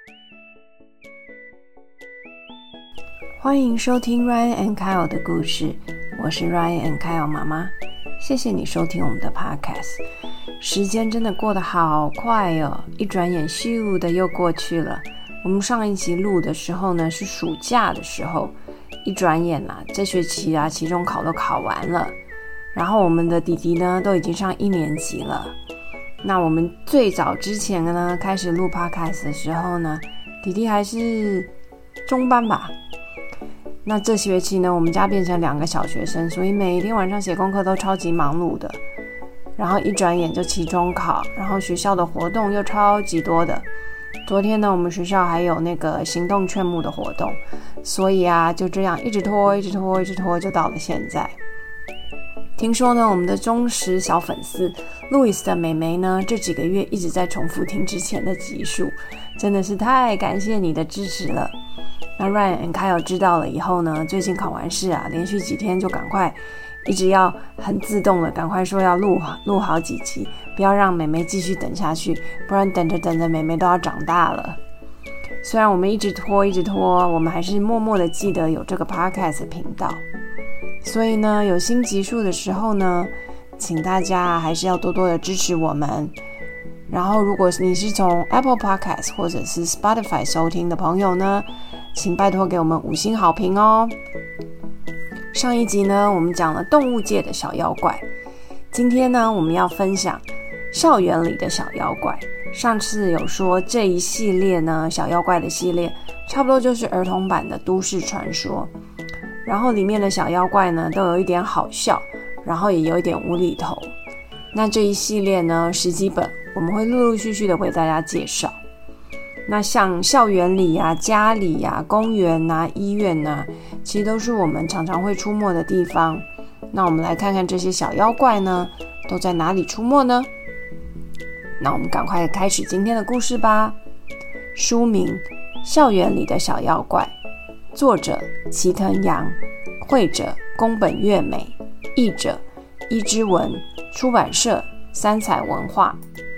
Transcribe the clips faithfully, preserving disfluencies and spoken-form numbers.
欢迎收听 Ryan and Kyle 的故事，我是 Ryan and Kyle 妈妈，谢谢你收听我们的 podcast。 时间真的过得好快哦，一转眼咻的又过去了。我们上一集录的时候呢是暑假的时候，一转眼啦、啊，这学期啊期中考都考完了，然后我们的弟弟呢都已经上一年级了。那我们最早之前呢开始录 podcast 的时候呢，弟弟还是中班吧。那这学期呢，我们家变成两个小学生，所以每一天晚上写功课都超级忙碌的。然后一转眼就期中考，然后学校的活动又超级多的。昨天呢，我们学校还有那个行动劝募的活动，所以啊，就这样一直拖，一直拖，一直拖，就到了现在。听说呢，我们的忠实小粉丝路易斯的妹妹呢，这几个月一直在重复听之前的集数，真的是太感谢你的支持了。那 Ryan and Kyle 知道了以后呢，最近考完试啊，连续几天就赶快一直要很自动的赶快说要录录好几集，不要让妹妹继续等下去，不然等着等着妹妹都要长大了。虽然我们一直拖一直拖，我们还是默默的记得有这个 podcast 频道。所以呢，有新集数的时候呢，请大家还是要多多的支持我们。然后如果你是从 Apple Podcast 或者是 Spotify 收听的朋友呢，请拜托给我们五星好评哦。上一集呢，我们讲了动物界的小妖怪，今天呢，我们要分享校园里的小妖怪。上次有说这一系列呢，小妖怪的系列差不多就是儿童版的都市传说，然后里面的小妖怪呢都有一点好笑，然后也有一点无厘头。那这一系列呢，十几本我们会陆陆续续的为大家介绍。那像校园里啊、家里啊、公园啊、医院啊，其实都是我们常常会出没的地方。那我们来看看这些小妖怪呢，都在哪里出没呢？那我们赶快开始今天的故事吧。书名《校园里的小妖怪》，作者齐藤阳，绘者宫本月美，译者伊之文，出版社三彩文化。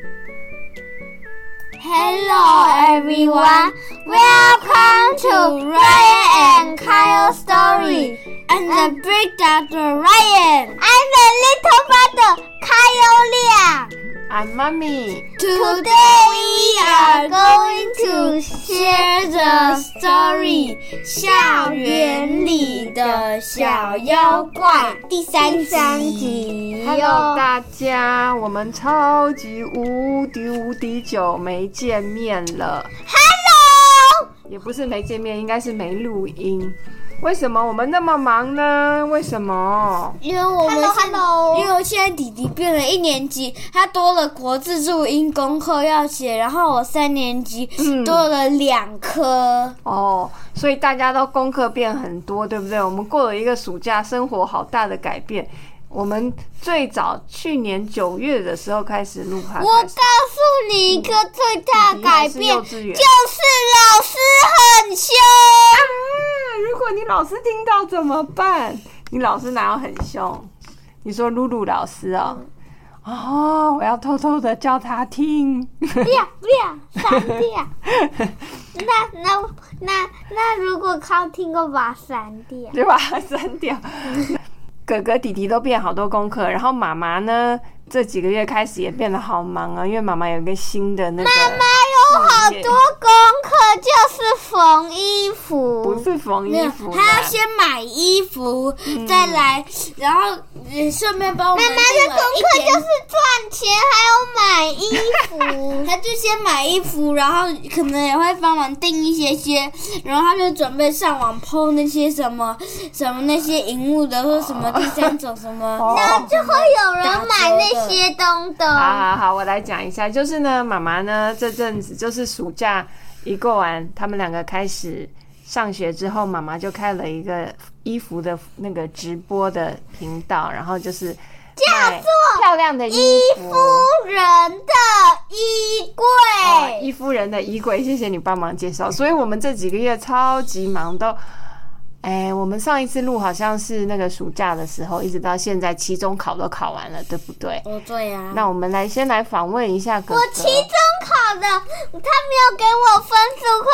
Hello everyone, welcome to Ryan and Kyle story. I'm the big doctor Ryan. I'm the little brother Kyle Liang. I'm Mommy. Today we are going to share the story 校园里的小妖怪第三集。 Hello 大家，我们超级无敌无敌久没见面了。 Hello， 也不是没见面，应该是没录音。为什么我们那么忙呢？为什么？ 因为我们 Hello, Hello 因为现在弟弟变了一年级，他多了国字注音功课要写，然后我三年级多了两科、 嗯、哦，所以大家都功课变很多，对不对？我们过了一个暑假，生活好大的改变。我们最早去年九月的时候开始录 podcast。 我告诉你一个最大的改变、嗯、就是老师很凶、 啊、如果你老师听到怎么办？你老师哪有很凶？你说露露老师哦、嗯、哦，我要偷偷的叫他听。 不要不要删掉。那那那那如果靠听我把它删掉， 就把它删掉。哥哥弟弟都变好多功课，然后妈妈呢这几个月开始也变得好忙啊，因为妈妈有一个新的那个妈妈有好多功课，就是缝衣服， 不是缝衣服， 她要先买衣服、嗯、再来，然后顺便帮我们。妈妈的功课就是赚钱还有买衣服。她就先买衣服，然后可能也会帮忙订一些些，然后她就准备上网 po 那些什么什么那些荧幕的或什么第三种什么，那就会有人买那些东东。 好好好，我来讲一下，就是呢，妈妈呢这阵子就是暑假一过完，他们两个开始上学之后，妈妈就开了一个衣服的那个直播的频道，然后就是叫做漂亮的衣服， 衣夫人的衣柜、 哦、衣夫人的衣柜，谢谢你帮忙介绍。所以我们这几个月超级忙，都哎，我们上一次录好像是那个暑假的时候，一直到现在期中考都考完了，对不对？ 哦，对呀、啊。 那我们来先来访问一下哥哥。 我期中考的，他没有给我分数，可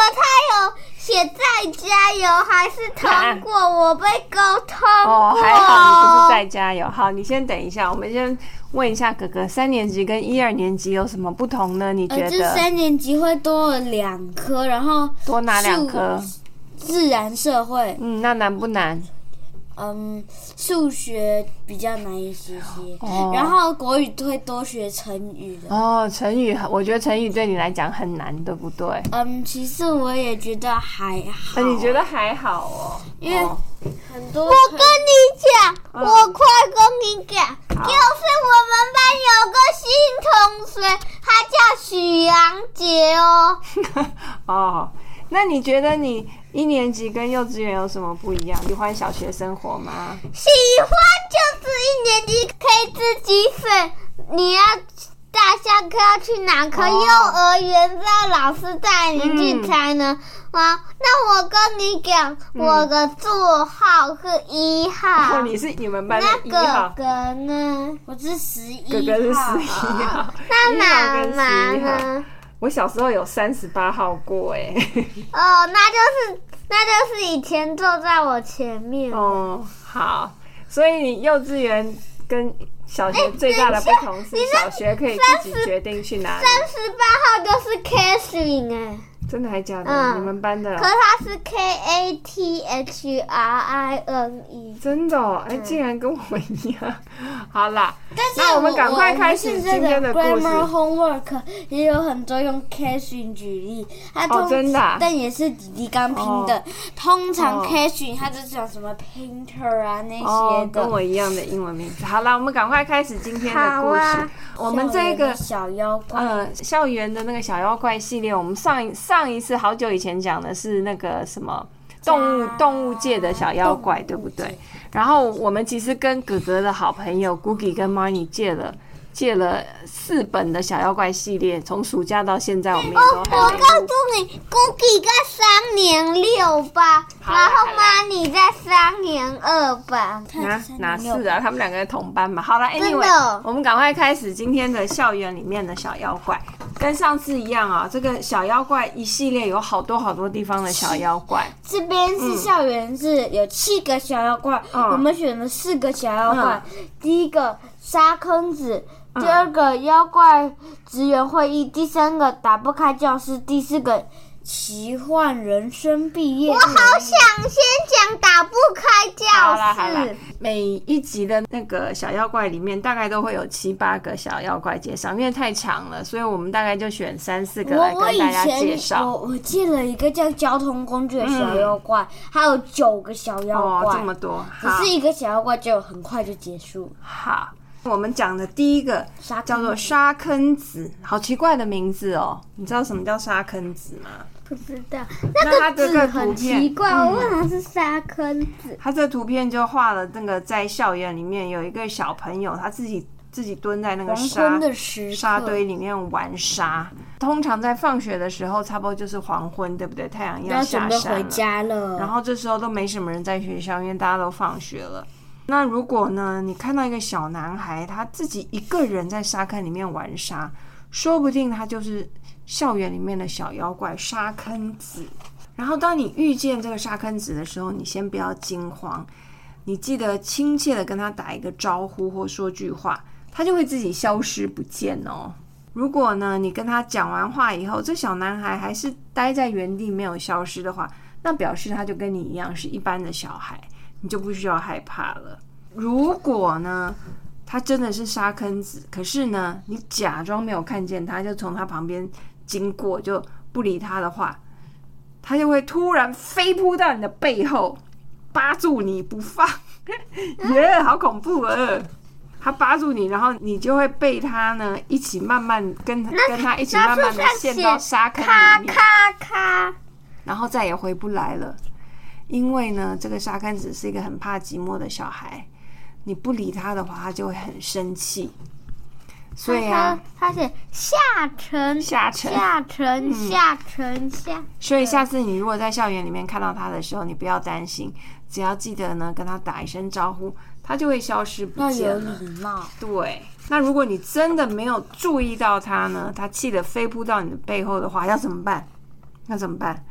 还是通过，我被沟通过。 哦，还好你不是在加油。好，你先等一下，我们先问一下哥哥，三年级跟一二年级有什么不同呢？你觉得？ 呃，就三年级会多了两科，然后多哪两科？ 自然社会。 嗯，那难不难？ 嗯，数学比较难一些些， 哦、 然后国语会多学成语的。 哦，成语，我觉得成语对你来讲很难，对不对？ 嗯，其实我也觉得还好。 你觉得还好哦？ 因为很多。 我跟你讲，嗯、我快跟你讲，就是我们班有个新同学，他叫许阳杰哦。 哦，那你觉得你一年级跟幼稚园有什么不一样？喜欢小学生活吗？ 喜欢，就是一年级可以自己选，你要大下课要去哪科，哦、幼儿园是要老师带你去猜呢。嗯、啊，那我跟你讲，嗯、我的座号是一号。 哦，你是你们班的一号。 那哥哥呢？ 我是十一号。 哥哥是十一号。 那妈妈呢？ 我小时候有三十八号过哎。 哦，那就是那就是以前坐在我前面。 哦，好，所以你幼稚园跟小学最大的不同是，小学可以自己决定去哪里。 三十八号就是 Catherine 哎。 真的还假的？嗯、你们班的、哦？ 可是他是 K A T H R I N E。 真的哦，哎，竟然跟我一样。好啦， 但是那我们赶快开始今天的故事。 Grammar homework 也有很多用 Catherine 举例，它通、 哦、真的、啊， 但也是弟弟刚拼的。哦、通常 Catherine 它就是讲什么 painter 啊那些的、 哦，跟我一样的英文名字。好啦，我们赶快开始今天的故事。啊、我们这个小妖怪， 呃，校园的那个小妖怪系列，我们上一上一次好久以前讲的是那个什么动物动物界的小妖怪，对不对？然后我们其实跟哥哥的好朋友 Googie 跟 Marnie 借了借了四本的小妖怪系列，从暑假到现在我们也都还没录。 我告诉你 ，Googie 在三年六班，然后 Marnie 在三年二班。 哪哪是啊？他们两个同班嘛。好了 ，Anyway， 我们赶快开始今天的校园里面的小妖怪。跟上次一样啊，这个小妖怪一系列有好多好多地方的小妖怪。 这边是校园，是有七个小妖怪，嗯、我们选了四个小妖怪。嗯、第一个沙坑子，第二个妖怪职员会议，第三个打不开教室，第四个奇幻人生毕业。 我好想先讲打不开教室。 好啦好啦，每一集的那个小妖怪里面大概都会有七八个小妖怪介绍，因为太长了，所以我们大概就选三四个来跟大家介绍。 我我借了一个叫交通工具的小妖怪，嗯、还有九个小妖怪， 哦，这么多， 只是一个小妖怪就很快就结束。 好。我们讲的第一个叫做沙坑子，好奇怪的名字哦！你知道什么叫沙坑子吗？ 不知道。 那个字很奇怪，嗯、我为什么是沙坑子？ 他这图片就画了那个在校园里面有一个小朋友，他自己自己蹲在那个沙沙堆里面玩沙。通常在放学的时候，差不多就是黄昏，对不对？太阳要下山了， 要准备回家了。 然后这时候都没什么人在学校，因为大家都放学了。那如果呢，你看到一个小男孩，他自己一个人在沙坑里面玩沙，说不定他就是校园里面的小妖怪沙坑子。然后当你遇见这个沙坑子的时候，你先不要惊慌，你记得亲切的跟他打一个招呼或说句话，他就会自己消失不见哦。如果呢，你跟他讲完话以后，这小男孩还是待在原地没有消失的话，那表示他就跟你一样是一般的小孩，你就不需要害怕了。如果呢，他真的是沙坑子，可是呢，你假装没有看见他，就从他旁边经过，就不理他的话，他就会突然飞扑到你的背后，扒住你不放，耶、yeah, 好恐怖啊！他扒住你，然后你就会被他呢一起慢慢跟跟他一起慢慢的陷到沙坑里面， 咔咔咔， 然后再也回不来了。因为呢，这个沙坑子是一个很怕寂寞的小孩，你不理他的话，他就会很生气。所以啊， 他写下沉下沉下沉下沉下。 所以下次你如果在校园里面看到他的时候，你不要担心，只要记得呢跟他打一声招呼，他就会消失不见了。 要有礼貌。 对。那如果你真的没有注意到他呢，他气得飞扑到你的背后的话，要怎么办？要怎么办？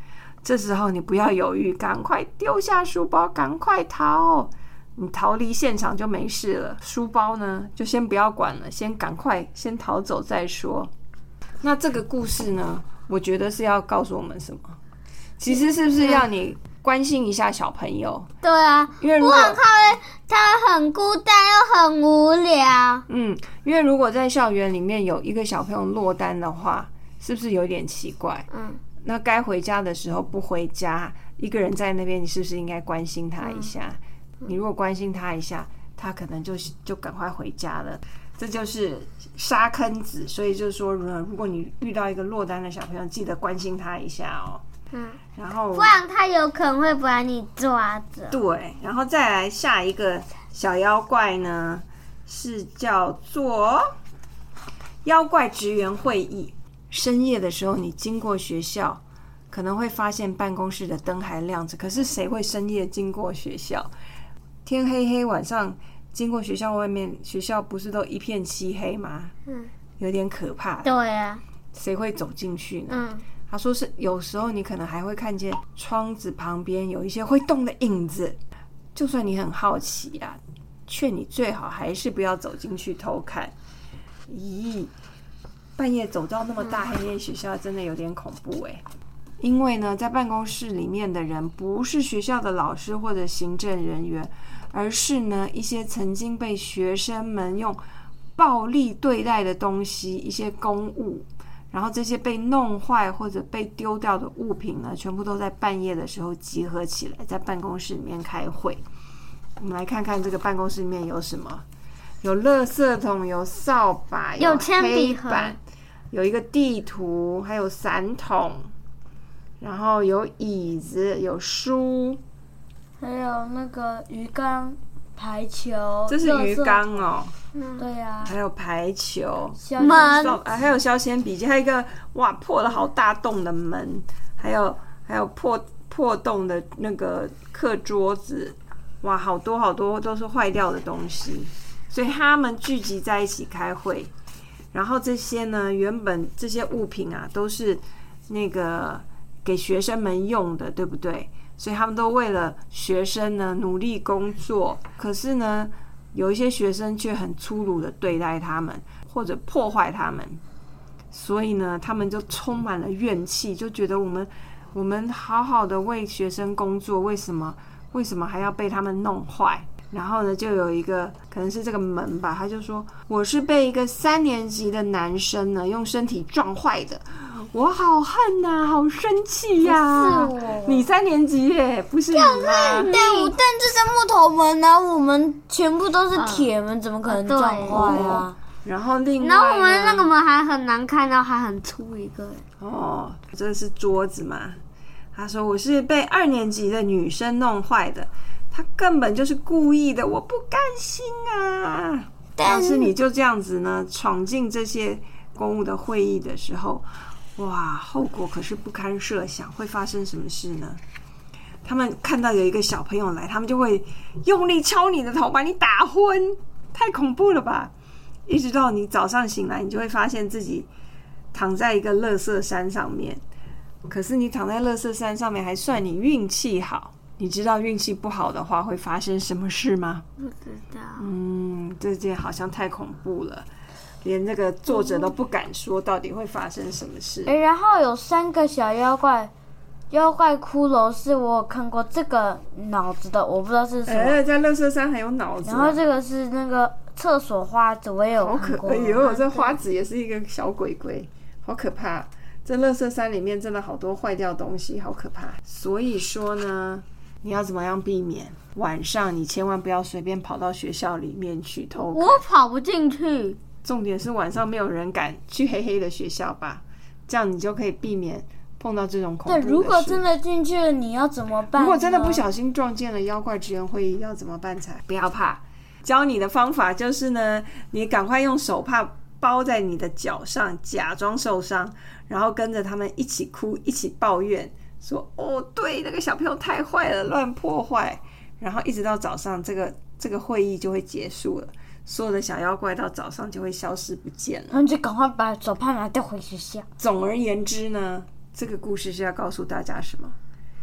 这时候你不要犹豫，赶快丢下书包，赶快逃。你逃离现场就没事了，书包呢就先不要管了，先赶快先逃走再说。那这个故事呢，我觉得是要告诉我们什么？其实是不是要你关心一下小朋友？ 对啊， 因为如果不然他他很孤单又很无聊。 嗯，因为如果在校园里面有一个小朋友落单的话，是不是有点奇怪？嗯，那该回家的时候不回家，一个人在那边，你是不是应该关心他一下？嗯，你如果关心他一下，他可能就就赶快回家了。这就是沙坑子，所以就是说，如果你遇到一个落单的小朋友，记得关心他一下哦。嗯，然后不然他有可能会把你抓着。 对，然后再来下一个小妖怪呢，是叫做妖怪职员会议。深夜的时候，你经过学校，可能会发现办公室的灯还亮着，可是谁会深夜经过学校？天黑黑，晚上经过学校外面，学校不是都一片漆黑吗？嗯，有点可怕。 对啊， 谁会走进去呢？ 嗯， 他说是有时候你可能还会看见窗子旁边有一些会动的影子，就算你很好奇啊，劝你最好还是不要走进去偷看。咦，半夜走到那么大黑夜学校，真的有点恐怖哎。因为呢，在办公室里面的人不是学校的老师或者行政人员，而是呢一些曾经被学生们用暴力对待的东西，一些公物，然后这些被弄坏或者被丢掉的物品呢，全部都在半夜的时候集合起来，在办公室里面开会。我们来看看这个办公室里面有什么，有垃圾桶，有扫把， 有铅笔盒， 有一个地图，还有伞桶，然后有椅子，有书， 还有那个鱼缸、排球。 这是鱼缸哦。 嗯，对呀、啊。 还有排球， 门， 还有削铅笔，还有一个哇破了好大洞的门，还有还有破破洞的那个课桌子，哇，好多好多都是坏掉的东西，所以他们聚集在一起开会。然后这些呢，原本这些物品啊，都是那个给学生们用的，对不对？所以他们都为了学生呢努力工作，可是呢，有一些学生却很粗鲁的对待他们，或者破坏他们，所以呢，他们就充满了怨气，就觉得我们我们好好的为学生工作，为什么为什么还要被他们弄坏？然后呢，就有一个可能是这个门吧，他就说我是被一个三年级的男生呢用身体撞坏的，我好恨呐、啊，好生气呀、啊！你三年级耶，不是你吗？ 但但这是木头门呢、啊，我们全部都是铁门，嗯、怎么可能撞坏啊？ 然后另外， 然后我们那个门还很难看到，还很粗一个。 哦，这是桌子嘛？他说我是被二年级的女生弄坏的。他根本就是故意的，我不甘心啊！但是你就这样子呢，闯进这些公务的会议的时候，哇，后果可是不堪设想，会发生什么事呢？他们看到有一个小朋友来，他们就会用力敲你的头，把你打昏，太恐怖了吧！一直到你早上醒来，你就会发现自己躺在一个垃圾山上面。可是你躺在垃圾山上面，还算你运气好。你知道运气不好的话会发生什么事吗？ 不知道。 嗯，这件好像太恐怖了，连这个作者都不敢说到底会发生什么事。 欸、然后有三个小妖怪，妖怪骷髅是我有看过这个脑子的，我不知道是什么。 哎、欸，在垃圾山还有脑子、啊。 然后这个是那个厕所花子，我也有看过。 好可哎呦，这花子也是一个小鬼鬼，好可怕！这垃圾山里面真的好多坏掉东西，好可怕。所以说呢。你要怎么样避免晚上？你千万不要随便跑到学校里面去偷看。 我跑不进去。 重点是晚上没有人敢去黑黑的学校吧？这样你就可以避免碰到这种恐怖的事。 对，如果真的进去了，你要怎么办？ 如果真的不小心撞见了妖怪职员会议，要怎么办才？不要怕，教你的方法就是呢，你赶快用手帕包在你的脚上，假装受伤，然后跟着他们一起哭，一起抱怨。说哦，对，那个小朋友太坏了，乱破坏，然后一直到早上，这个这个会议就会结束了，所有的小妖怪到早上就会消失不见了。 然后就赶快把手帕拿掉回学校。 总而言之呢，这个故事是要告诉大家什么？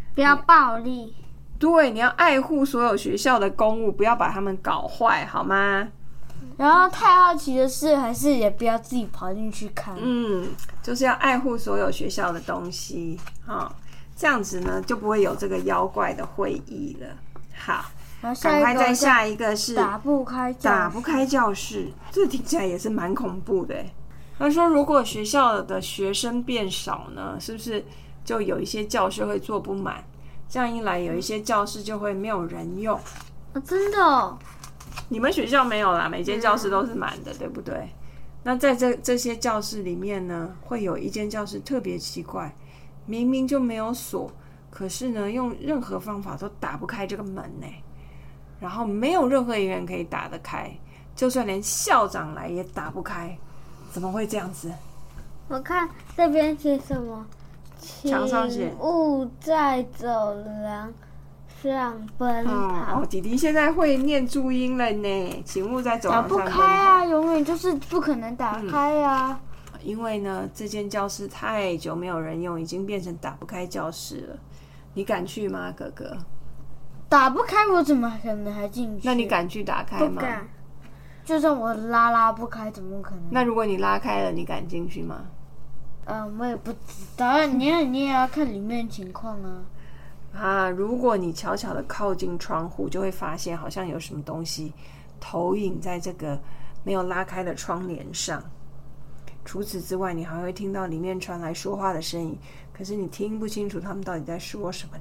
不要暴力。 对，你要爱护所有学校的公物，不要把它们搞坏，好吗？ 然后太好奇的事，还是也不要自己跑进去看。 嗯，就是要爱护所有学校的东西，哦，这样子呢就不会有这个妖怪的会议了。好，赶快再下一个是打不开教室打不开教室，这听起来也是蛮恐怖的。他说，如果学校的学生变少呢，是不是就有一些教室会坐不满？这样一来，有一些教室就会没有人用。 哦，真的哦。 你们学校没有啦，每间教室都是满的，对不对？那在这这些教室里面呢，会有一间教室特别奇怪，明明就没有锁，可是呢，用任何方法都打不开这个门呢。然后没有任何一个人可以打得开，就算连校长来也打不开，怎么会这样子？ 我看这边写什么？ 墙上写请勿在走廊上奔跑。 哦，弟弟现在会念注音了呢，请勿在走廊上奔跑。 打不开啊，永远就是不可能打开啊。 嗯，因为呢，这间教室太久没有人用，已经变成打不开教室了。你敢去吗，哥哥？ 打不开，我怎么可能还进去？ 那你敢去打开吗？ 不敢。就算我拉拉不开，怎么可能？ 那如果你拉开了，你敢进去吗？ 嗯，我也不知道，你也你也要看里面情况啊。 啊，如果你悄悄的靠近窗户，就会发现好像有什么东西投影在这个没有拉开的窗帘上。除此之外，你还会听到里面传来说话的声音，可是你听不清楚他们到底在说什么。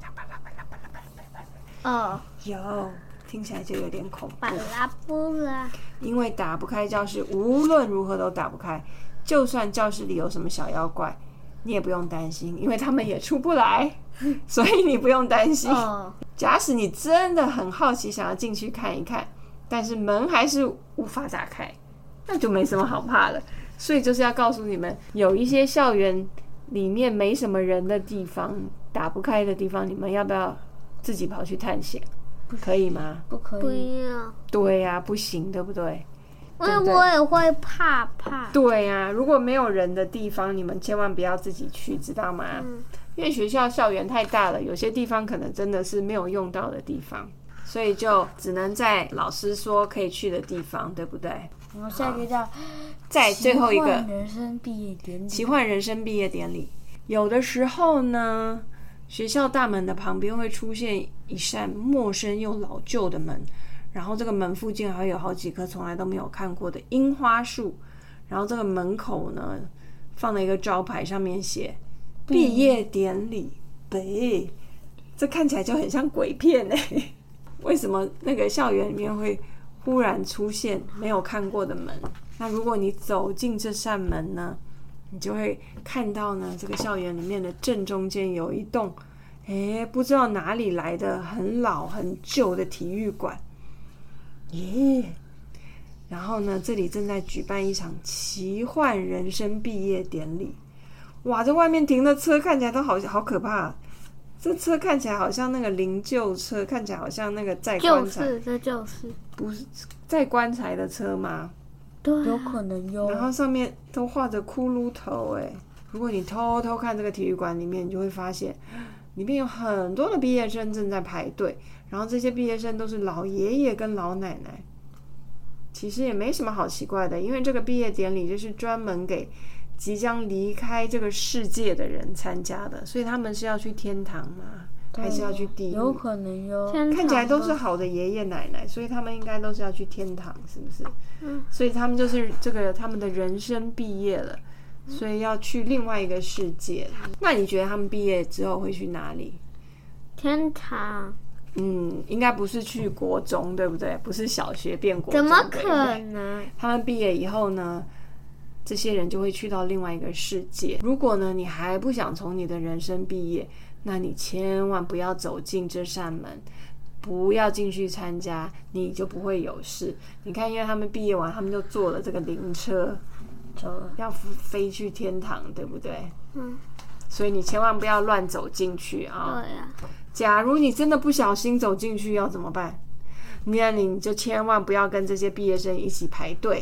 哦， 有，听起来就有点恐怖。 巴拉布拉。 因为打不开教室，无论如何都打不开。就算教室里有什么小妖怪，你也不用担心，因为他们也出不来，所以你不用担心。 哦， 假使你真的很好奇，想要进去看一看，但是门还是无法打开，那就没什么好怕的。所以就是要告诉你们，有一些校园里面没什么人的地方，打不开的地方，你们要不要自己跑去探险？可以吗？ 不可以。 不要。 对呀、啊，不行，对不对？ 因为我也会怕怕。 对呀、啊，如果没有人的地方，你们千万不要自己去，知道吗？嗯，因为学校校园太大了，有些地方可能真的是没有用到的地方，所以就只能在老师说可以去的地方，对不对？ 然后下一个叫在最后一个奇幻人生毕业典礼。 奇幻人生毕业典礼，有的时候呢，学校大门的旁边会出现一扇陌生又老旧的门。然后这个门附近还有好几棵从来都没有看过的樱花树，然后这个门口呢放了一个招牌，上面写毕业典礼北，这看起来就很像鬼片欸。为什么那个校园里面会忽然出现没有看过的门？那如果你走进这扇门呢，你就会看到呢，这个校园里面的正中间有一栋诶不知道哪里来的很老很旧的体育馆。耶、yeah ！然后呢，这里正在举办一场奇幻人生毕业典礼。哇，这外面停的车看起来都好好可怕、啊。这车看起来好像那个灵柩车，看起来好像那个载棺材。 就是，这就是。 不是载棺材的车吗？ 对、啊， 有可能哟。 然后上面都画着骷髅头哎。如果你偷偷看这个体育馆里面，你就会发现，里面有很多的毕业生正在排队。然后这些毕业生都是老爷爷跟老奶奶，其实也没什么好奇怪的，因为这个毕业典礼就是专门给即将离开这个世界的人参加的，所以他们是要去天堂吗？还是要去地狱？ 有可能哟。 看起来都是好的爷爷奶奶，所以他们应该都是要去天堂，是不是？嗯。所以他们就是这个他们的人生毕业了，所以要去另外一个世界。那你觉得他们毕业之后会去哪里？ 天堂。 嗯，应该不是去国中，对不对？不是小学变国中， 怎么可能？ 他们毕业以后呢，这些人就会去到另外一个世界。如果呢，你还不想从你的人生毕业，那你千万不要走进这扇门，不要进去参加，你就不会有事。你看，因为他们毕业完，他们就坐了这个灵车，走了，要飞去天堂，对不对？嗯。所以你千万不要乱走进去啊！ 对呀。 假如你真的不小心走进去要怎么办？那你就千万不要跟这些毕业生一起排队，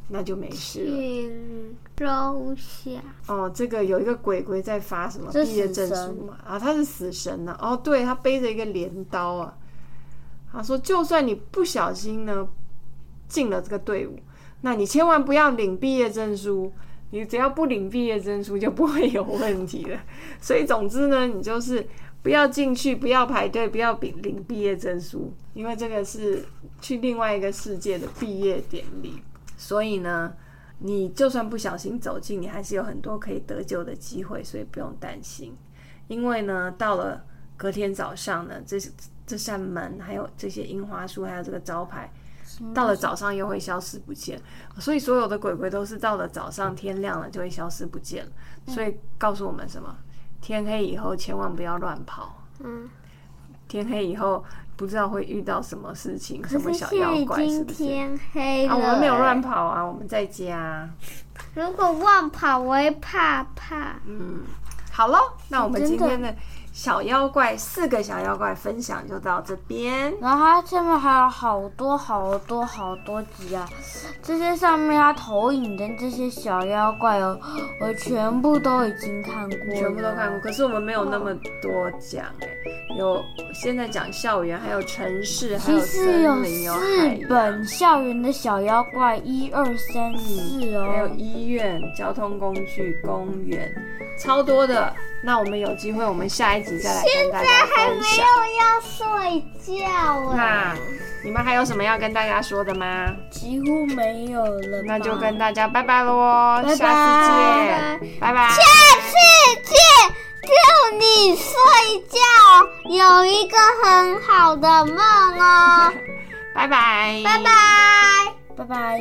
那就没事了。 请收下。 哦，这个有一个鬼鬼在发什么毕业证书嘛？啊，他是死神呢、啊。哦，对，他背着一个镰刀啊。他说，就算你不小心呢进了这个队伍，那你千万不要领毕业证书。你只要不领毕业证书就不会有问题了。所以总之呢，你就是不要进去，不要排队，不要领毕业证书，因为这个是去另外一个世界的毕业典礼。所以呢，你就算不小心走进，你还是有很多可以得救的机会，所以不用担心。因为呢，到了隔天早上呢，这这扇门还有这些樱花树还有这个招牌，到了早上又会消失不见。所以所有的鬼鬼都是到了早上天亮了就会消失不见了。所以告诉我们什么？天黑以后千万不要乱跑。嗯，天黑以后不知道会遇到什么事情，什么小妖怪，是不是？ 天黑了、欸、 啊，我们没有乱跑啊，我们在家。 如果乱跑，我会怕怕。 嗯，好咯，那我们今天的小妖怪四个小妖怪分享就到这边。 然后它下面还有好多好多好多集啊，这些上面它投影的这些小妖怪哦，我全部都已经看过了， 全部都看过。可是我们没有那么多讲哎、欸，有现在讲校园，还有城市，还有森林，有海洋， 本校园的小妖怪一二三四哦， 还有医院、交通工具、公园，超多的。那我们有机会，我们下一集再来跟大家分享。 现在还没有要睡觉啊？ 那你们还有什么要跟大家说的吗？ 几乎没有了。 那就跟大家拜拜咯，下次见，拜拜。 下次见，祝你睡觉有一个很好的梦哦。 拜拜， 拜拜， 拜拜。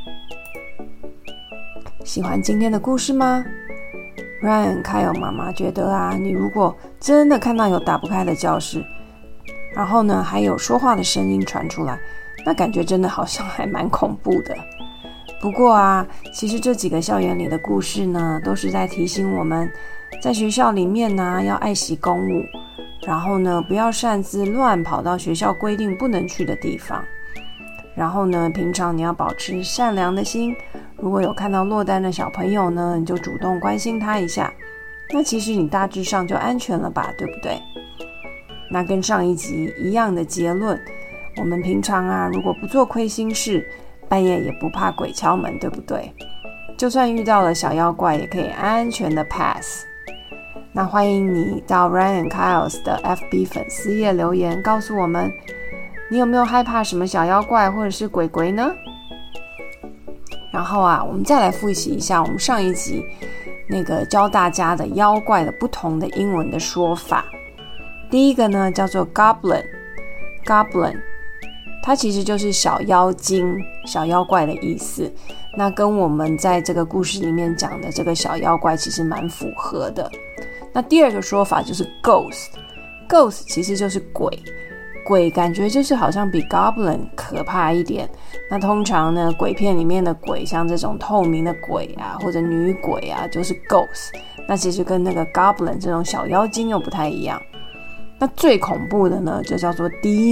喜欢今天的故事吗？Ryan 还有妈妈觉得啊，你如果真的看到有打不开的教室，然后呢还有说话的声音传出来，那感觉真的好像还蛮恐怖的。不过啊，其实这几个校园里的故事呢，都是在提醒我们，在学校里面呢要爱惜公物，然后呢不要擅自乱跑到学校规定不能去的地方。然后呢，平常你要保持善良的心，如果有看到落单的小朋友呢，你就主动关心他一下，那其实你大致上就安全了吧，对不对？那跟上一集一样的结论，我们平常啊，如果不做亏心事，半夜也不怕鬼敲门，对不对？就算遇到了小妖怪，也可以安全的 pass。那欢迎你到 Ryan and Kyle's 的 F B 粉丝页留言，告诉我们你有没有害怕什么小妖怪或者是鬼鬼呢？然后啊，我们再来复习一下我们上一集那个教大家的妖怪的不同的英文的说法。第一个呢叫做 Goblin Goblin 它其实就是小妖精、小妖怪的意思，那跟我们在这个故事里面讲的这个小妖怪其实蛮符合的。那第二个说法就是 Ghost Ghost 其实就是鬼，鬼感觉就是好像比 Goblin 可怕一点。那通常呢，鬼片里面的鬼，像这种透明的鬼啊，或者女鬼啊，就是 Ghost。那其实跟那个 Goblin 这种小妖精又不太一样。那最恐怖的呢，就叫做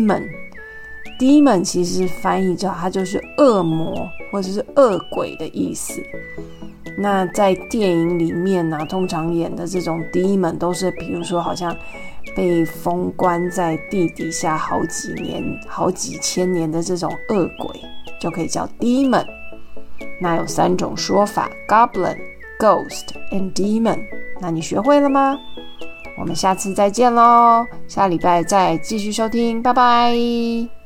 Demon。Demon 其实翻译之后，它就是恶魔或者是恶鬼的意思。那在电影里面呢、啊，通常演的这种 Demon 都是，比如说好像被封关在地底下好几年、好几千年的这种恶鬼，就可以叫 Demon。那有三种说法 ：Goblin、Ghost and Demon。那你学会了吗？我们下次再见咯，下礼拜再继续收听，拜拜。